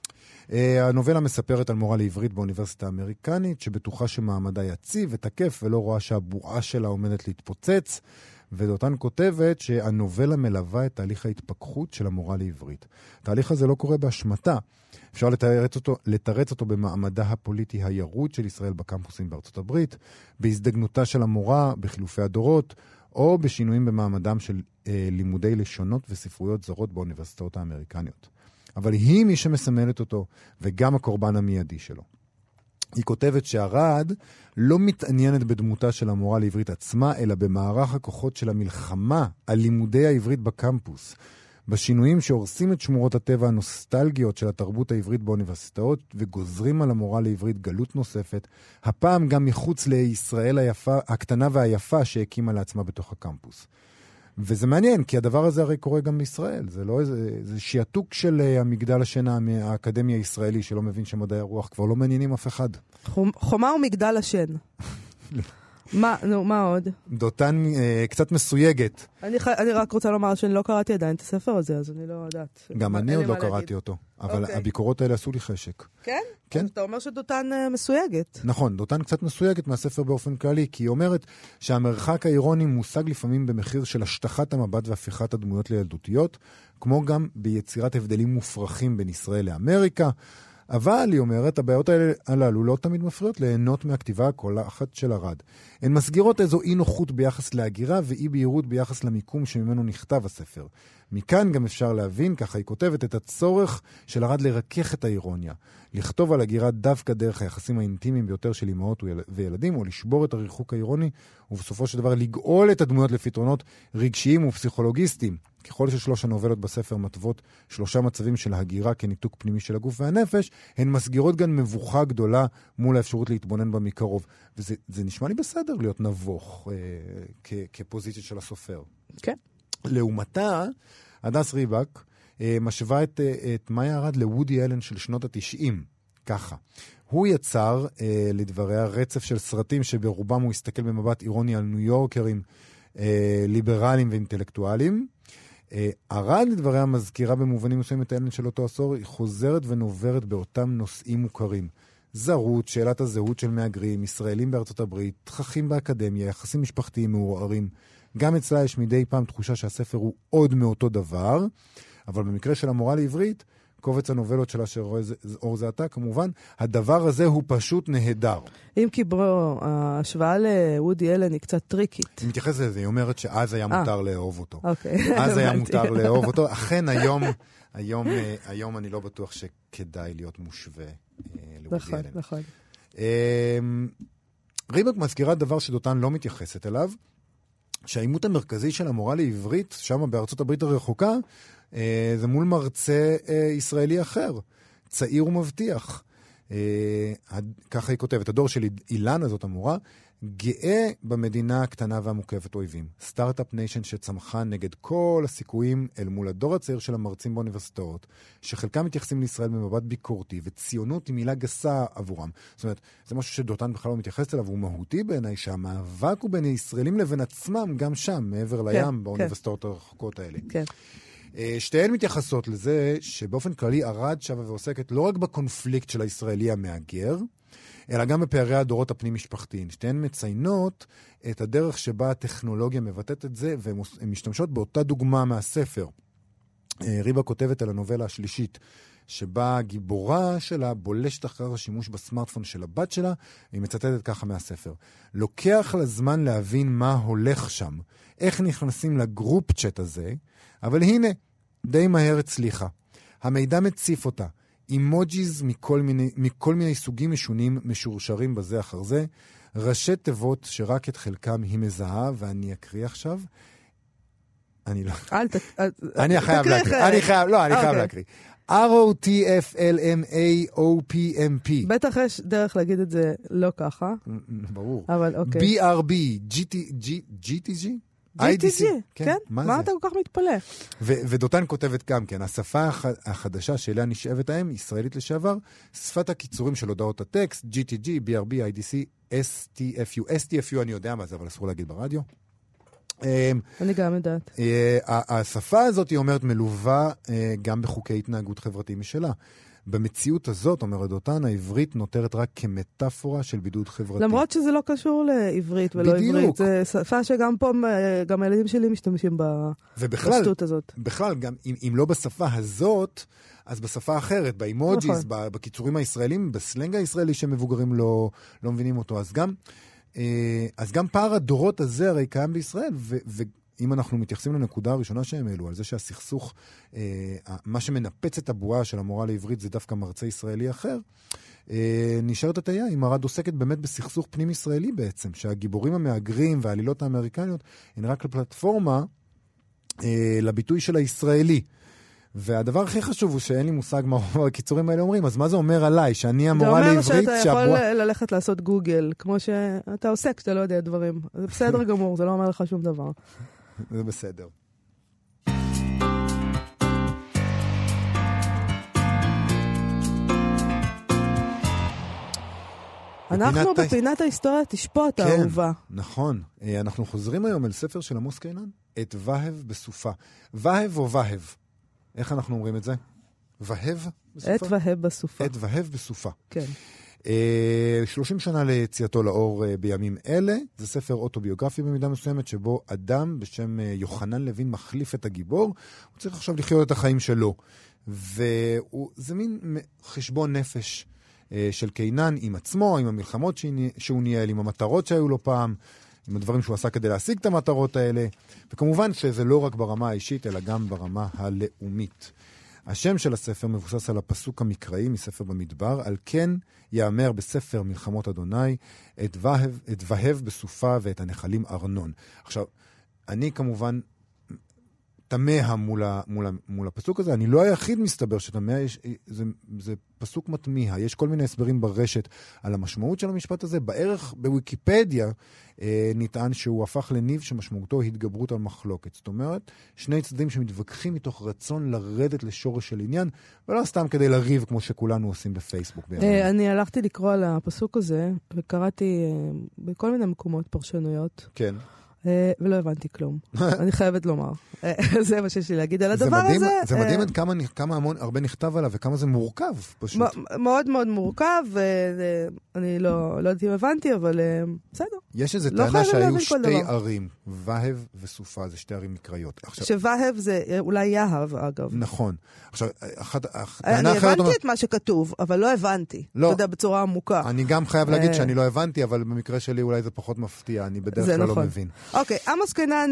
הנובלה מספרת על מורה לעברית באוניברסיטה האמריקנית, שבטוחה שמעמדה יציב ותקף ולא רואה שהבועה שלה עומדת להתפוצץ, ודותן כותבת שהנובלה מלווה את תהליך ההתפכחות של המורה לעברית. התהליך הזה לא קורה באשמתה. אפשר לתרץ אותו, לתרץ אותו במעמדה הפוליטי הירוד של ישראל בקמפוסים בארצות הברית, בהזדגנותה של המורה, בחילופי הדורות, או בשינויים במעמדם של אה, לימודי לשונות וספרויות זרות באוניברסיטאות האמריקניות. אבל היא מי שמסמלת אותו, וגם הקורבן המיידי שלו. היא כותבת שהרד לא מתעניינת בדמותה של המורה לעברית עצמה, אלא במערך הכוחות של המלחמה על לימודי העברית בקמפוס, בשינויים שהורסים את שמורות הטבע הנוסטלגיות של התרבות העברית באוניברסיטאות, וגוזרים על המורה לעברית גלות נוספת, הפעם גם מחוץ לישראל היפה, הקטנה והיפה שהקימה לעצמה בתוך הקמפוס. וזה מעניין, כי הדבר הזה הרי קורה גם בישראל. זה לא איזה, זה שיעתוק של המגדל השנה מהאקדמיה הישראלי, שלא מבין שמדעי הרוח כבר לא מעניינים אף אחד. חומה ומגדל השן. מה, נו, מה עוד? דותן אה, קצת מסויגת. אני, אני רק רוצה לומר שאני לא קראתי עדיין את הספר הזה, אז אני לא יודעת. גם אני עוד לא קראתי להגיד. אותו, אבל okay. הביקורות האלה עשו לי חשק. כן? כן. אז אתה אומר שדותן אה, מסויגת. נכון, דותן קצת מסויגת מהספר באופן כללי, כי היא אומרת שהמרחק האירוני מושג לפעמים במחיר של השטחת המבט והפיכת הדמויות לילדותיות, כמו גם ביצירת הבדלים מופרכים בין ישראל לאמריקה, אבל, היא אומרת, הבעיות האלה הללו לא תמיד מפריעות ליהנות מהכתיבה הקולחת של ארד. הן מסגירות איזו אי נוחות ביחס להגירה ואי בהירות ביחס למיקום שממנו נכתב הספר. מכאן גם אפשר להבין, ככה היא כותבת, את הצורך של ארד לרכך את האירוניה. לכתוב על הגירה דווקא דרך היחסים האינטימיים ביותר של אמהות וילדים, או לשבור את הריחוק האירוני, ובסופו של דבר לגאול את הדמויות לפתרונות רגשיים ופסיכולוגיסטיים. ככל ששלוש הנובלות בספר מטוות שלושה מצבים של הגירה כניתוק פנימי של הגוף והנפש, הן מסגירות גם מבוכה גדולה מול האפשרות להתבונן בה מקרוב. וזה זה נשמע לי בסדר להיות נבוך אה, כ, כפוזיציה של הסופר. כן. לעומתה, הדס ריבק אה, משווה את, אה, את מאיה ארד לוודי אלן של שנות התשעים. ככה. הוא יצר, אה, לדבריה, רצף של סרטים שברובם הוא הסתכל במבט אירוני על ניו יורקרים אה, ליברליים ואינטלקטואליים. ארד לדבריה מזכירה במובנים מסוימים את אלן של אותו עשור, היא חוזרת ונוברת באותם נושאים מוכרים. זרות, שאלת הזהות של מהגרים, ישראלים בארצות הברית, תככים באקדמיה, יחסים משפחתיים מעורערים. גם אצלה יש מדי פעם תחושה שהספר הוא עוד מאותו דבר, אבל במקרה של המורה לעברית, קובץ הנובלות שלה שרואה אור זה עתה, כמובן, הדבר הזה הוא פשוט נהדר. אם כי ברו, ההשוואה לוודי אלן היא קצת טריקית. היא מתייחסת לזה, היא אומרת שאז היה מותר לאהוב אותו. אוקיי. אז היה מותר לאהוב אותו. אכן היום, היום, היום אני לא בטוח שכדאי להיות מושווה לוודי אלן. נכון, נכון. ריבק מזכירה דבר שדותן לא מתייחסת אליו, שהעימות המרכזי של המורה לעברית, שם בארצות הברית הרחוקה, זה מול מרצה ישראלי אחר, צעיר ומבטיח. ככה היא כותבת, הדור של אילנה, זאת המורה, גאה במדינה הקטנה והמוקפת אויבים. סטארט-אפ ניישן שצמחה נגד כל הסיכויים אל מול הדור הצעיר של המרצים באוניברסיטאות, שחלקם מתייחסים לישראל במבט ביקורתי, וציונות היא מילה גסה עבורם. זאת אומרת, זה משהו שדותן בכלל לא מתייחס אליו, הוא מהותי בעיניי, שהמאבק הוא בין הישראלים לבין עצמם, גם שם, מעבר לים, כן, באוניברסיטאות כן. הרחוקות האלה. כן. שתיהן מתייחסות לזה שבאופן כללי ארד שווה ועוסקת לא רק בקונפליקט של הישראלי המאגר, אלא גם בפערי הדורות הפנים-משפחתיים. שתיהן מציינות את הדרך שבה הטכנולוגיה מבטאת את זה, והן משתמשות באותה דוגמה מהספר. ריבה כותבת על הנובלה השלישית, שבה הגיבורה שלה בולשת אחר השימוש בסמארטפון של הבת שלה, היא מצטטת ככה מהספר. לוקח לה זמן להבין מה הולך שם, איך נכנסים לגרופ צ'אט הזה, אבל הנה, די מהר הצליחה. המידע מציף אותה. אימוג'יז מכל מיני, מכל מיני סוגים משונים משורשרים בזה אחר זה, ראשי תיבות שרק את חלקם היא מזהה, ואני אקריא עכשיו. אני לא... אל ת... אני חייב להקריא. אני חייב, לא, אני חייב להקריא. R-O-T-F-L-M-A-O-P-M-P. בטח יש דרך להגיד את זה לא ככה. ברור. אבל אוקיי. B-R-B, G-T-G? ג'י טי ג'י, כן? מה אתה כל כך מתפלא? ודותן כותבת גם כן, השפה החדשה שאליה נשאבת האם, ישראלית לשעבר, שפת הקיצורים של הודעות הטקסט, ג'י טי ג'י, בי אר בי, איי די סי, אס טי אף יו. אס טי אף יו אני יודע מה זה, אבל אסור להגיד ברדיו. אני גם יודעת. השפה הזאת, היא אומרת, מלווה גם בחוקי התנהגות חברתיים משלה. במציאות הזאת, אומרת דותן, העברית נותרת רק כמטאפורה של בידוד חברתי. למרות שזה לא קשור לעברית ולא בדיוק. עברית. זה שפה שגם פה, גם הילדים שלי משתמשים בשטות הזאת. ובכלל, גם אם, אם לא בשפה הזאת, אז בשפה אחרת, באימוג'יס, נכון. בקיצורים הישראלים, בסלנג הישראלי שמבוגרים לא, לא מבינים אותו. אז גם, אז גם פער הדורות הזה הרי קיים בישראל, ו... ו אם אנחנו מתייחסים לנקודה הראשונה שהם העלו, על זה שהסכסוך, אה, מה שמנפץ את הבועה של המורה לעברית, זה דווקא מרצה ישראלי אחר, אה, נשארת התהיה, אם ארד עוסקת באמת בסכסוך פנים ישראלי בעצם, שהגיבורים המאגרים והעלילות האמריקניות, הן רק לפלטפורמה אה, לביטוי של הישראלי. והדבר הכי חשוב הוא שאין לי מושג מה הקיצורים האלה אומרים, אז מה זה אומר עליי? שאני המורה לעברית... זה אומר שאתה יכול שהבוע... ללכת לעשות גוגל, כמו שאתה עושה כשאתה לא יודע דברים. זה בסדר גמור, זה לא אומר לך שום דבר. זה בסדר. אנחנו בפינת ההיסטוריה תשפוט, האהובה. נכון. אנחנו חוזרים היום אל ספר של עמוס קינן, את והב בסופה. והב או והב? איך אנחנו אומרים את זה? והב בסופה? את והב בסופה. את והב בסופה. כן. שלושים שנה ליציאתו לאור בימים אלה, זה ספר אוטוביוגרפי במידה מסוימת, שבו אדם בשם יוחנן לוין מחליף את הגיבור, הוא צריך עכשיו לחיות את החיים שלו. וזה מין חשבון נפש של קינן עם עצמו, עם המלחמות שהוא ניהל, עם המטרות שהיו לו פעם, עם הדברים שהוא עשה כדי להשיג את המטרות האלה, וכמובן שזה לא רק ברמה האישית, אלא גם ברמה הלאומית. השם של הספר מבוסס על הפסוק המקראי מספר במדבר, על כן יאמר בספר מלחמות אדוני, את והב, את והב בסופה ואת הנחלים ארנון. עכשיו, אני כמובן תמה מול, מול, מול הפסוק הזה, אני לא היחיד מסתבר שתמה, יש, זה, זה פסוק מתמיע, יש כל מיני הסברים ברשת על המשמעות של המשפט הזה, בערך בוויקיפדיה אה, נטען שהוא הפך לניב שמשמעותו התגברות על מחלוקת, זאת אומרת, שני צדדים שמתווכחים מתוך רצון לרדת לשורש של עניין, ולא סתם כדי לריב כמו שכולנו עושים בפייסבוק. אה, אני הלכתי לקרוא על הפסוק הזה, וקראתי אה, בכל מיני מקומות פרשנויות. כן. ולא הבנתי כלום. אני חייבת לומר. זה מה שיש לי להגיד על הדבר הזה. זה מדהים עד כמה הרבה נכתב עליו וכמה זה מורכב פשוט. מאוד מאוד מורכב, ואני לא יודעת אם הבנתי, אבל בסדר. יש איזו טענה שהיו שתי ערים, והב וסופה, זה שתי ערים מקראיות. שוואהב זה אולי יהב, אגב. נכון. עכשיו, אני הבנתי את מה שכתוב, אבל לא הבנתי. אתה יודע, בצורה עמוקה. אני גם חייב להגיד שאני לא הבנתי, אבל במקרה שלי אולי זה פחות מפתיע. אני בדרך כלל לא מבין. אוקיי, עמוס קינן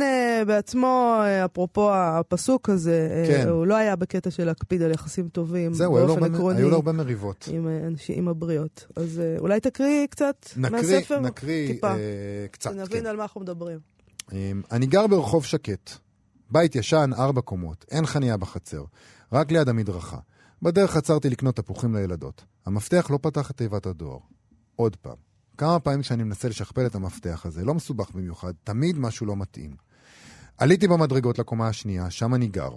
בעצמו, אפרופו הפסוק הזה, הוא לא היה בקטע של להקפיד על יחסים טובים. זהו, היו לו הרבה מריבות. עם הבריות. אז אולי תקריא קצת מהספר? נקריא קצת. שנבין על מה אנחנו מדברים. אני גר ברחוב שקט. בית ישן, ארבע קומות. אין חניה בחצר. רק ליד המדרכה. בדרך עצרתי לקנות תפוחים לילדות. המפתח לא פתח את תיבת הדואר. עוד פעם. כמה פעמים שאני מנסה לשכפל את המפתח הזה, לא מסובך במיוחד, תמיד משהו לא מתאים. עליתי במדרגות לקומה השנייה, שם אני גר.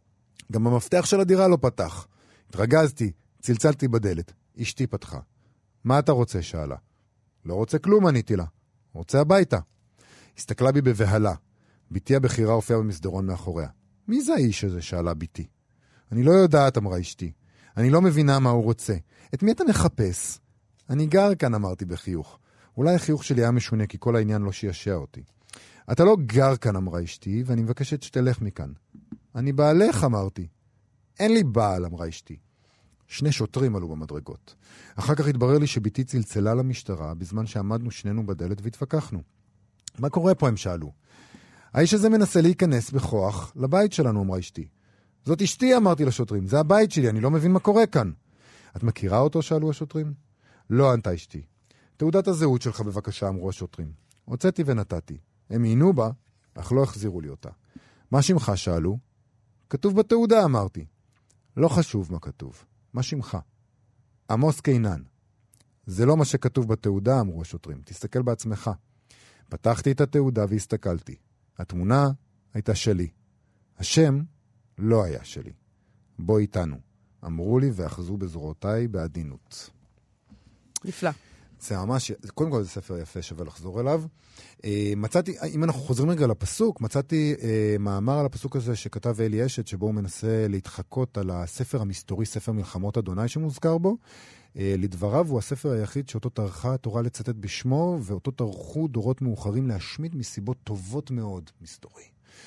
גם המפתח של הדירה לא פתח. התרגזתי, צלצלתי בדלת. אשתי פתחה. מה אתה רוצה? שאלה. לא רוצה כלום, עניתי לה. רוצה הביתה. הסתכלה בי בבהלה. ביתי הבכירה הופיעה במסדרון מאחוריה. מי זה האיש הזה? שאלה ביתי. אני לא יודעת, אמרה אשתי. אני לא מבינה מה הוא רוצה. את מי אתה מחפש? אני גר כאן, אמרתי בחיוך. אולי החיוך שלי היה משונה, כי כל העניין לא שישע אותי. אתה לא גר כאן, אמרה אשתי, ואני מבקשת שתלך מכאן. אני בעלך, אמרתי. אין לי בעל, אמרה אשתי. שני שוטרים עלו במדרגות. אחר כך התברר לי שביתי צלצלה למשטרה, בזמן שעמדנו שנינו בדלת והתווכחנו. מה קורה פה? הם שאלו. האיש הזה מנסה להיכנס בכוח לבית שלנו, אמרה אשתי. זאת אשתי, אמרתי לשוטרים. זה הבית שלי, אני לא מבין מה קורה כאן. את מכירה אותו? שאלו השוטרים. לא, ענתה אשתי. תעודת הזהות שלך בבקשה, אמרו השוטרים. הוצאתי ונתתי. הם עינו בה, אך לא החזירו לי אותה. מה שמך? שאלו. כתוב בתעודה, אמרתי. לא חשוב מה כתוב. מה שמך? עמוס קינן. זה לא מה שכתוב בתעודה, אמרו השוטרים. תסתכל בעצמך. פתחתי את התעודה והסתכלתי. התמונה הייתה שלי. השם לא היה שלי. בוא איתנו. אמרו לי ואחזו בזרועותיי בעדינות. נפלא. זה ממש, קודם כל זה ספר יפה, שווה לחזור אליו. מצאתי, אם אנחנו חוזרים רגע לפסוק, מצאתי מאמר על הפסוק הזה שכתב אלי אשת, שבו הוא מנסה להתחקות על הספר המסתורי, ספר מלחמות אדוני שמוזכר בו. לדבריו הוא הספר היחיד שאותו טרחה התורה לצטט בשמו, ואותו טרחו דורות מאוחרים להשמיד מסיבות טובות מאוד, מסתורי.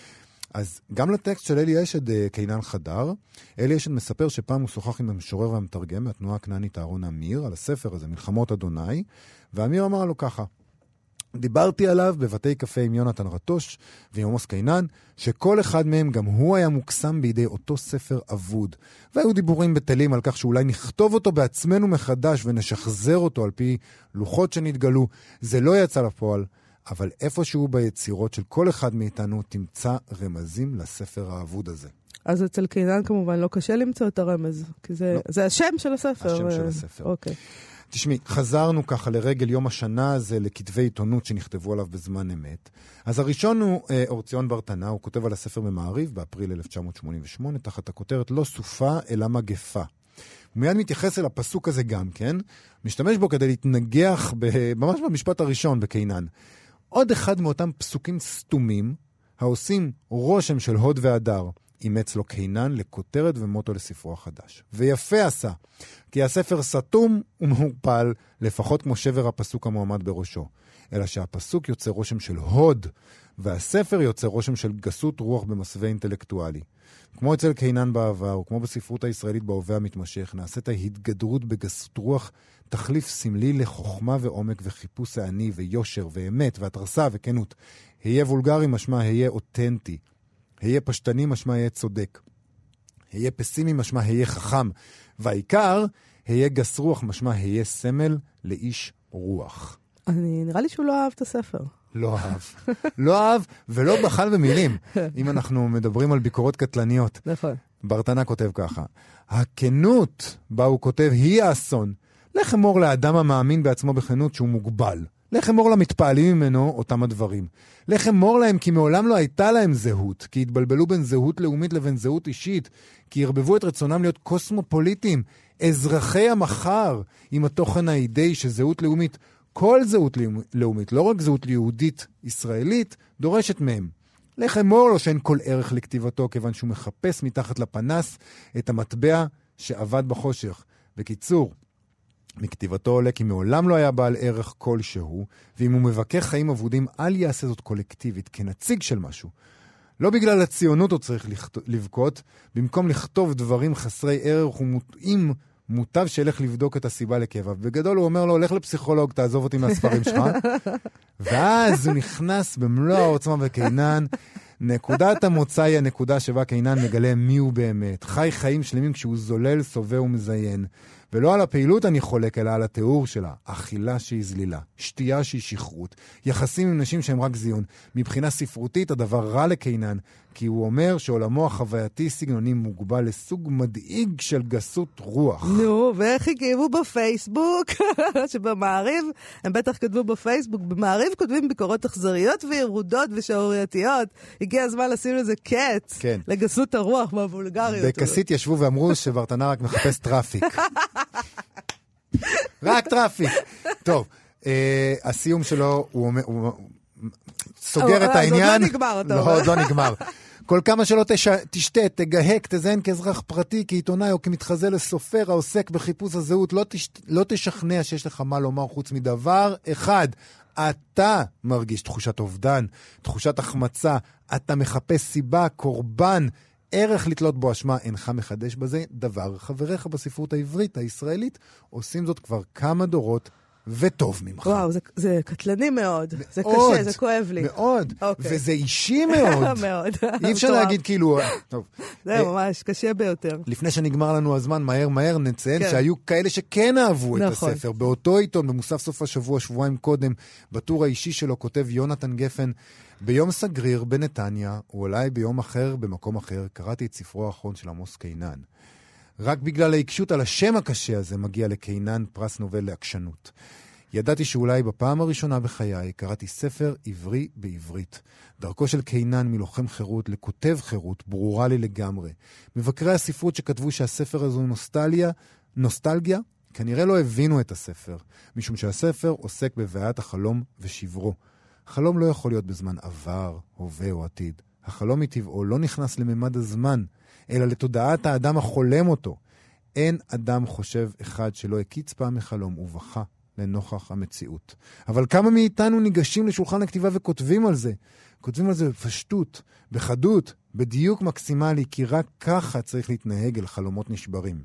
אז גם לטקסט של אלי אשד קינן חדר, אלי אשד מספר שפעם הוא שוחח עם המשורר והמתרגם מהתנועה הכנענית אהרון אמיר על הספר הזה, מלחמות אדוני, ואמיר אמר לו ככה, דיברתי עליו בבתי קפה עם יונתן רטוש ועם עמוס קינן, שכל אחד מהם גם הוא היה מוקסם בידי אותו ספר אבוד. והיו דיבורים בטלים על כך שאולי נכתוב אותו בעצמנו מחדש ונשחזר אותו על פי לוחות שנתגלו. זה לא יצא לפועל, אבל איפשהו ביצירות של כל אחד מאיתנו תמצא רמזים לספר האבוד הזה. אז אצל קינן כמובן לא קשה למצוא את הרמז, כי זה, לא. זה השם של הספר. השם ו... של הספר. אוקיי. תשמעי, חזרנו ככה לרגל יום השנה הזה לכתבי עיתונות שנכתבו עליו בזמן אמת. אז הראשון הוא אה, אורציון ברטנה, הוא כותב על הספר במעריב באפריל אלף תשע מאות שמונים ושמונה, תחת הכותרת לא סופה אלא מגפה. הוא מיד מתייחס אל הפסוק הזה גם, כן? משתמש בו כדי להתנגח ב, ממש במשפט הראשון בקינן. עוד אחד מאותם פסוקים סתומים, העושים רושם של הוד והדר, אימץ לו קינן לכותרת ומוטו לספרו החדש. ויפה עשה, כי הספר סתום ומעופל, לפחות כמו שבר הפסוק המועמד בראשו. אלא שהפסוק יוצא רושם של הוד, והספר יוצא רושם של גסות רוח במסווה אינטלקטואלי. כמו אצל קינן בעבר, וכמו בספרות הישראלית בהווה המתמשך, נעשית ההתגדרות בגסות רוח תחליף סמלי לחוכמה ועומק וחיפוש העני ויושר ואמת והתרסה וכנות. היה וולגרי משמע היה אותנטי. היה פשטני משמע היה צודק. היה פסימי משמע היה חכם. והעיקר, היה גס רוח משמע היה סמל לאיש רוח. אני נראה לי שהוא לא אהב את הספר. לא אהב. לא אהב ולא בחל במילים. אם אנחנו מדברים על ביקורות קטלניות. נכון. ברטנה כותב ככה. הכנות בה הוא כותב היא האסון. לך אמור לאדם המאמין בעצמו בכנות שהוא מוגבל. לך אמור למתפעלים ממנו אותם הדברים. לך אמור להם כי מעולם לא הייתה להם זהות, כי התבלבלו בין זהות לאומית לבין זהות אישית, כי הרבבו את רצונם להיות קוסמופוליטים, אזרחי המחר, עם התוכן האידאי שזהות לאומית, כל זהות לאומית, לא רק זהות יהודית ישראלית, דורשת מהם. לך אמור לו שאין כל ערך לכתיבתו, כיוון שהוא מחפש מתחת לפנס את המטבע שעבד בחושך. בקיצור, מכתיבתו עולה כי מעולם לא היה בעל ערך כלשהו, ואם הוא מבקר חיים אבודים, אל יעשה זאת קולקטיבית, כנציג של משהו. לא בגלל הציונות הוא צריך לבכות, במקום לכתוב דברים חסרי ערך ומוטעים, מוטב שילך לבדוק את הסיבה לכאב. בגדול הוא אומר לו, הולך לפסיכולוג, תעזוב אותי מהספרים שלך. ואז הוא נכנס במלוא העוצמה בקינן. נקודת המוצא היא הנקודה שבה קינן מגלה מי הוא באמת. חי חיים שלמים כשהוא זולל, סובע ומזיין. ולא על הפעילות אני חולק, אלא על התיאור שלה. אכילה שהיא זלילה, שתייה שהיא שכרות, יחסים עם נשים שהם רק זיון. מבחינה ספרותית הדבר רע לקינן, כי הוא אומר שעולמו החווייתי סגנוני מוגבל לסוג מדאיג של גסות רוח. נו, ואיך הגיבו בפייסבוק? שבמעריב, הם בטח כתבו בפייסבוק, במעריב כותבים ביקורות אכזריות וירודות ושעורייתיות. הגיע הזמן לשים לזה קץ, כן. לגסות הרוח והוולגריות. בקסית ישבו ואמרו שברטנה רק מחפש טראפיק. רק טראפיק. טוב, אה, הסיום שלו, הוא, הוא, הוא סוגר את העניין. עוד לא נגמר, אתה אומר. לא, עוד לא נגמר. כל כמה שלא תש... תשתה, תגהק, תזיין כאזרח פרטי, כעיתונאי או כמתחזה לסופר העוסק בחיפוש הזהות, לא, תש... לא תשכנע שיש לך מה לומר חוץ מדבר אחד. אתה מרגיש תחושת אובדן, תחושת החמצה, אתה מחפש סיבה, קורבן, ערך לתלות בו אשמה, אינך מחדש בזה דבר. חבריך בספרות העברית, הישראלית, עושים זאת כבר כמה דורות, וטוב ממך. וואו, זה, זה קטלני מאוד. מאוד. זה קשה, זה כואב לי. מאוד. Okay. וזה אישי מאוד. מאוד. אי אפשר להגיד כאילו... טוב. זה ממש קשה ביותר. לפני שנגמר לנו הזמן, מהר מהר נציין כן. שהיו כאלה שכן אהבו נכון. את הספר. באותו עיתון, במוסף סוף השבוע, שבועיים קודם, בטור האישי שלו כותב יונתן גפן, ביום סגריר בנתניה, או אולי ביום אחר, במקום אחר, קראתי את ספרו האחרון של עמוס קינן. רק בגלל העיקשות על השם הקשה הזה מגיע לקינן פרס נובל לעקשנות. ידעתי שאולי בפעם הראשונה בחיי קראתי ספר עברי בעברית. דרכו של קינן מלוחם חירות לכותב חירות ברורה לי לגמרי. מבקרי הספרות שכתבו שהספר הזו נוסטליה, נוסטלגיה, כנראה לא הבינו את הספר, משום שהספר עוסק בבעיית החלום ושברו. החלום לא יכול להיות בזמן עבר, הווה או עתיד. החלום מטבעו לא נכנס לממד הזמן, אלא לתודעת האדם החולם אותו. אין אדם חושב אחד שלא הקיץ פעם מחלום ובכה לנוכח המציאות. אבל כמה מאיתנו ניגשים לשולחן הכתיבה וכותבים על זה? כותבים על זה בפשטות, בחדות, בדיוק מקסימלי, כי רק ככה צריך להתנהג אל חלומות נשברים.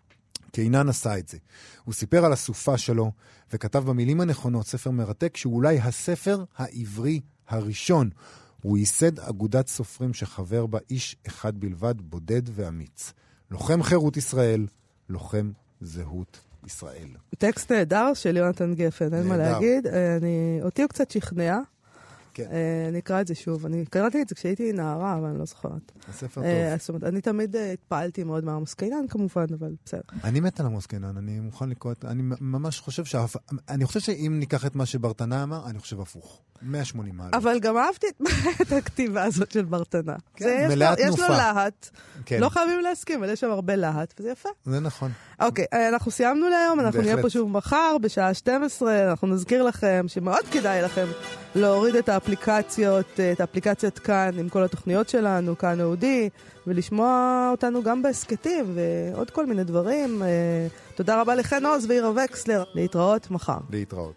קינן עשה את זה. הוא סיפר על הסופה שלו, וכתב במילים הנכונות ספר מרתק, שהוא אולי הספר העברי הראשון. הוא ייסד אגודת סופרים שחבר בה איש אחד בלבד, בודד ואמיץ. לוחם חירות ישראל, לוחם זהות ישראל. טקסט נהדר של יונתן גפן, אין מה להגיד. אני, אותי הוא קצת שכנע. כן. אני אקרא את זה שוב. אני קראתי את זה כשהייתי נערה, אבל אני לא זוכרת. הספר טוב. זאת אומרת, אני תמיד התפעלתי מאוד מהעמוס קינן, כמובן, אבל בסדר. אני מת על עמוס קינן, אני מוכן לקרוא את... אני ממש חושב ש... אני חושב שאם ניקח את מה שברטנה אמר, אני חושב הפוך. מאה ושמונים מעלות. אבל גם אהבתי את הכתיבה הזאת של ברטנה. כן, מלאה תנופה. יש לו להט. כן. לא חייבים להסכים, אבל יש שם הרבה להט, וזה יפה. זה נכון. אוקיי, אנחנו סיימנו להיום, אנחנו נהיה פה שוב מחר בשעה שתים עשרה, אנחנו נזכיר לכם שמאוד כדאי לכם להוריד את האפליקציות, את האפליקציית כאן עם כל התוכניות שלנו, כאן אודי, ולשמוע אותנו גם בהסקטים ועוד כל מיני דברים. תודה רבה לכן עוז ועירה וקסלר. להתראות מחר. להתראות.